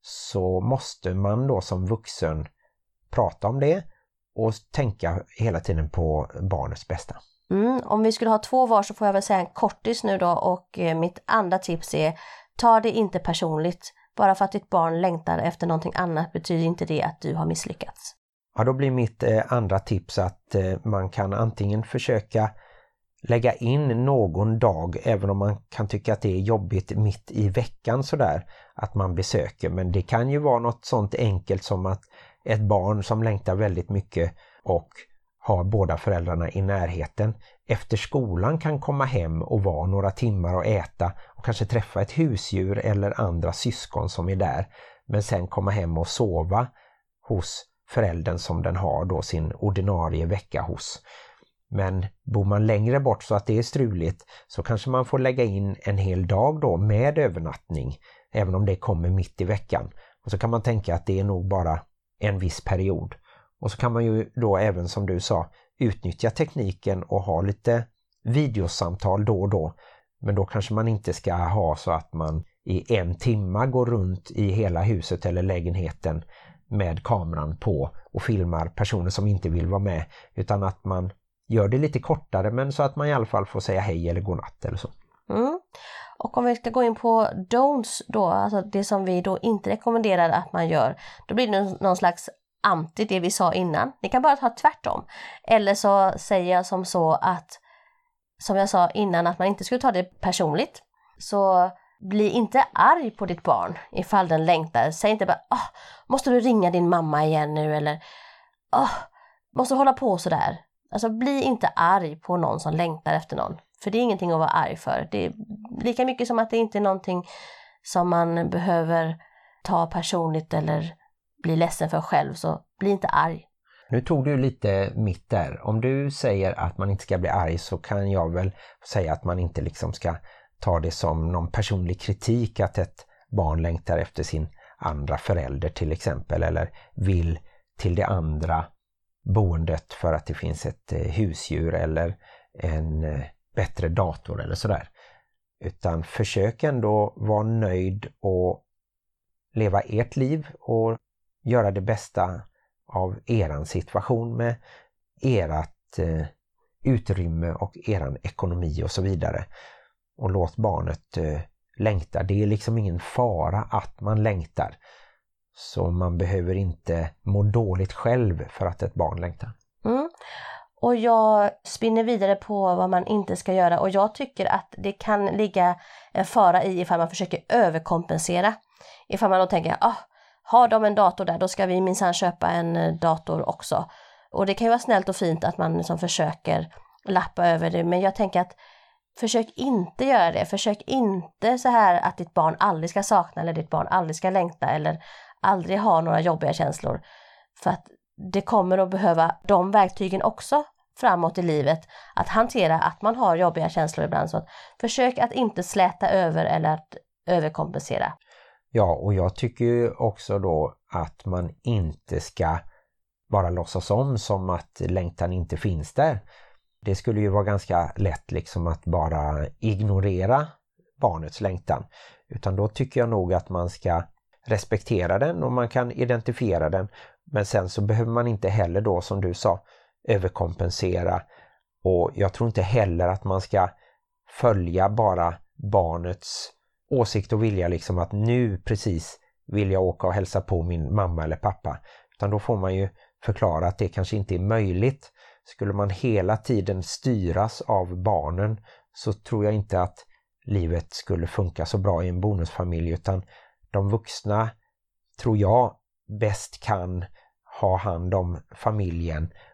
så måste man då som vuxen prata om det och tänka hela tiden på barnets bästa. Om vi skulle ha 2 var så får jag väl säga en kortis nu då, och mitt andra tips är: ta det inte personligt. Bara för att ditt barn längtar efter någonting annat betyder inte det att du har misslyckats. Ja, då blir mitt andra tips att man kan antingen försöka lägga in någon dag, även om man kan tycka att det är jobbigt mitt i veckan sådär, att man besöker. Men det kan ju vara något sånt enkelt som att ett barn som längtar väldigt mycket och har båda föräldrarna i närheten efter skolan kan komma hem och vara några timmar och äta och kanske träffa ett husdjur eller andra syskon som är där, men sen komma hem och sova hos föräldern som den har då sin ordinarie vecka hos. Men bor man längre bort så att det är struligt, så kanske man får lägga in en hel dag då med övernattning, även om det kommer mitt i veckan. Och så kan man tänka att det är nog bara en viss period. Och så kan man ju då även, som du sa, utnyttja tekniken och ha lite videosamtal då och då. Men då kanske man inte ska ha så att man i 1 timme går runt i hela huset eller lägenheten med kameran på och filmar personer som inte vill vara med, utan att man gör det lite kortare, men så att man i alla fall får säga hej eller godnatt eller så. Och om vi ska gå in på don'ts då, alltså det som vi då inte rekommenderar att man gör, då blir det någon slags anti det vi sa innan. Ni kan bara ta tvärtom. Eller så säger jag som så att, som jag sa innan, att man inte skulle ta det personligt. Så bli inte arg på ditt barn ifall den längtar. Säg inte bara, måste du ringa din mamma igen nu? Eller, måste du hålla på sådär? Alltså bli inte arg på någon som längtar efter någon. För det är ingenting att vara arg för. Det är lika mycket som att det inte är någonting som man behöver ta personligt eller bli ledsen för själv. Så bli inte arg. Nu tog du lite mitt där. Om du säger att man inte ska bli arg, så kan jag väl säga att man inte liksom ska ta det som någon personlig kritik att ett barn längtar efter sin andra förälder till exempel, eller vill till det andra boendet för att det finns ett husdjur eller en bättre dator eller sådär. Utan försök ändå vara nöjd och leva ert liv och göra det bästa av eran situation med ert utrymme och eran ekonomi och så vidare. Och låt barnet längta. Det är liksom ingen fara att man längtar. Så man behöver inte må dåligt själv för att ett barn längtar. Och jag spinner vidare på vad man inte ska göra. Och jag tycker att det kan ligga en fara i ifall man försöker överkompensera. Ifall man då tänker, har de en dator där, då ska vi minsann köpa en dator också. Och det kan ju vara snällt och fint att man liksom försöker lappa över det. Men jag tänker att försök inte göra det. Försök inte så här att ditt barn aldrig ska sakna eller ditt barn aldrig ska längta eller aldrig ha några jobbiga känslor. För att det kommer att behöva de verktygen också framåt i livet, att hantera att man har jobbiga känslor ibland. Så att försök att inte släta över eller att överkompensera. Ja, och jag tycker ju också då att man inte ska bara låtsas om som att längtan inte finns där. Det skulle ju vara ganska lätt liksom att bara ignorera barnets längtan. Utan då tycker jag nog att man ska respektera den och man kan identifiera den. Men sen så behöver man inte heller då, som du sa, överkompensera. Och jag tror inte heller att man ska följa bara barnets åsikt och vilja liksom att nu precis vill jag åka och hälsa på min mamma eller pappa. Utan då får man ju förklara att det kanske inte är möjligt. Skulle man hela tiden styras av barnen, så tror jag inte att livet skulle funka så bra i en bonusfamilj, utan de vuxna, tror jag, bäst kan ha hand om familjen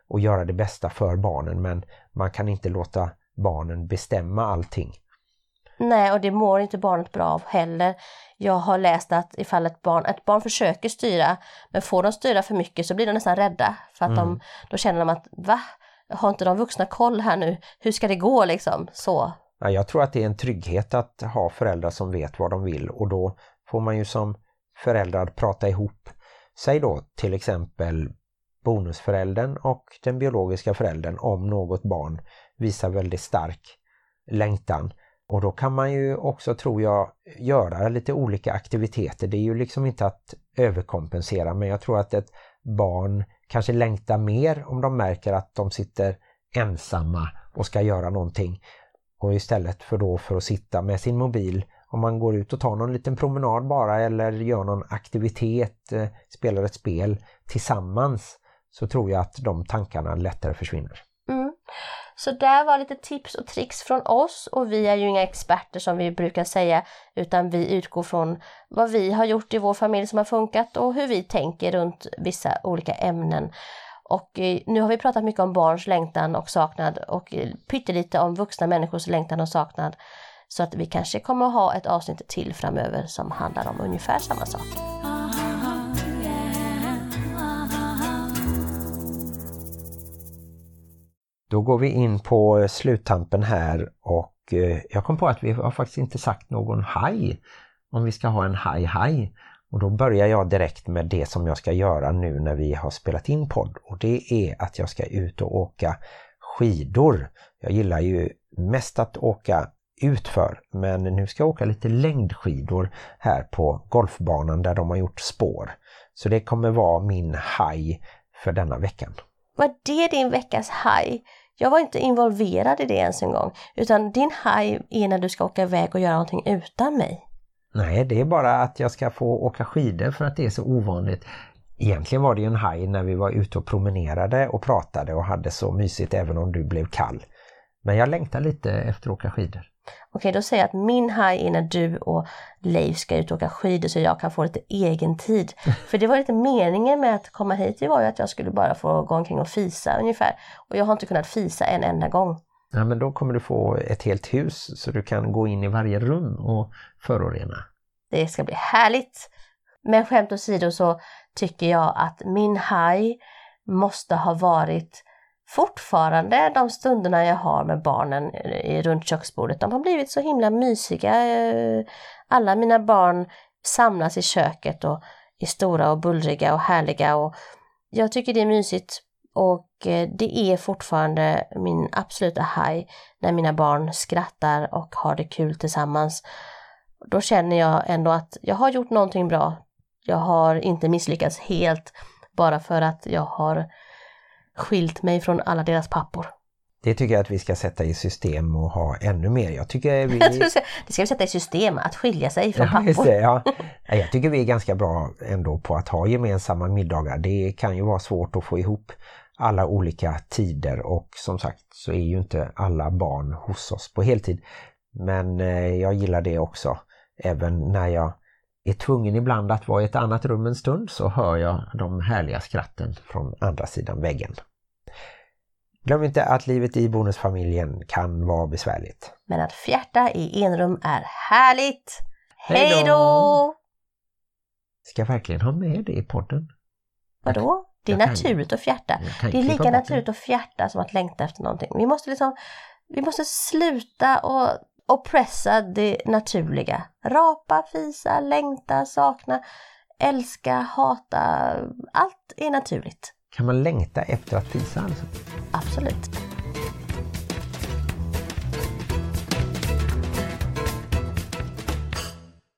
och göra det bästa för barnen, men man kan inte låta barnen bestämma allting. Nej, och det mår inte barnet bra av heller. Jag har läst att ifall ett barn försöker styra, men får de styra för mycket så blir de nästan rädda. För att då känner de att, har inte de vuxna koll här nu? Hur ska det gå liksom? Så. Ja, jag tror att det är en trygghet att ha föräldrar som vet vad de vill, och då får man ju som föräldrar prata ihop sig då, till exempel bonusföräldern och den biologiska föräldern, om något barn visar väldigt stark längtan. Och då kan man ju också, tror jag, göra lite olika aktiviteter. Det är ju liksom inte att överkompensera, men jag tror att ett barn kanske längtar mer om de märker att de sitter ensamma och ska göra någonting. Och istället för att sitta med sin mobil, om man går ut och tar någon liten promenad bara, eller gör någon aktivitet, spelar ett spel tillsammans, så tror jag att de tankarna lättare försvinner. Så där var lite tips och tricks från oss, och vi är ju inga experter som vi brukar säga, utan vi utgår från vad vi har gjort i vår familj som har funkat och hur vi tänker runt vissa olika ämnen. Och nu har vi pratat mycket om barns längtan och saknad och pyttelite om vuxna människors längtan och saknad, så att vi kanske kommer att ha ett avsnitt till framöver som handlar om ungefär samma sak. Då går vi in på sluttampen här, och jag kom på att vi har faktiskt inte sagt någon haj, om vi ska ha en haj. Och då börjar jag direkt med det som jag ska göra nu när vi har spelat in podd, och det är att jag ska ut och åka skidor. Jag gillar ju mest att åka utför, men nu ska jag åka lite längdskidor här på golfbanan där de har gjort spår. Så det kommer vara min haj för denna veckan. Var det din veckas haj? Jag var inte involverad i det ens en gång, utan din haj är när du ska åka iväg och göra någonting utan mig. Nej, det är bara att jag ska få åka skidor för att det är så ovanligt. Egentligen var det ju en haj när vi var ute och promenerade och pratade och hade så mysigt även om du blev kall. Men jag längtar lite efter att åka skidor. Okej, då säger jag att min haj är när du och Leif ska ut och åka skidor så jag kan få lite egen tid. För det var lite meningen med att komma hit, det var ju att jag skulle bara få gå omkring och fisa ungefär. Och jag har inte kunnat fisa en enda gång. Ja, men då kommer du få ett helt hus så du kan gå in i varje rum och förorena. Det ska bli härligt. Men skämt åsido så tycker jag att min haj måste ha varit fortfarande de stunderna jag har med barnen runt köksbordet. De har blivit så himla mysiga. Alla mina barn samlas i köket och är stora och bullriga och härliga. Och jag tycker det är mysigt. Och det är fortfarande min absoluta haj när mina barn skrattar och har det kul tillsammans. Då känner jag ändå att jag har gjort någonting bra. Jag har inte misslyckats helt bara för att jag har skilt mig från alla deras pappor. Det tycker jag att vi ska sätta i system och ha ännu mer. Jag tycker det ska vi sätta i system, att skilja sig från pappor. Just det, ja. Jag tycker vi är ganska bra ändå på att ha gemensamma middagar. Det kan ju vara svårt att få ihop alla olika tider, och som sagt så är ju inte alla barn hos oss på heltid. Men jag gillar det också. Även när jag är tvungen ibland att vara i ett annat rum en stund så hör jag de härliga skratten från andra sidan väggen. Glöm inte att livet i bonusfamiljen kan vara besvärligt. Men att fjärta i enrum är härligt. Hej då! Ska jag verkligen ha med det i podden? Vadå? Det är naturligt att fjärta. Det är lika naturligt att fjärta som att längta efter någonting. Vi måste sluta och pressa det naturliga. Rapa, fisa, längta, sakna, älska, hata. Allt är naturligt. Kan man längta efter att fisa alltså? Absolut.